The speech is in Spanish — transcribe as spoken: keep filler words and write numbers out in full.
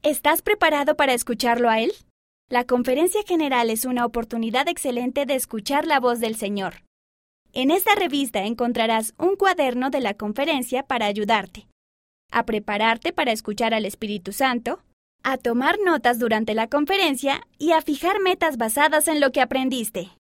¿Estás preparado para escucharlo a Él? La Conferencia General es una oportunidad excelente de escuchar la voz del Señor. En esta revista encontrarás un cuaderno de la conferencia para ayudarte a prepararte para escuchar al Espíritu Santo, a tomar notas durante la conferencia y a fijar metas basadas en lo que aprendiste.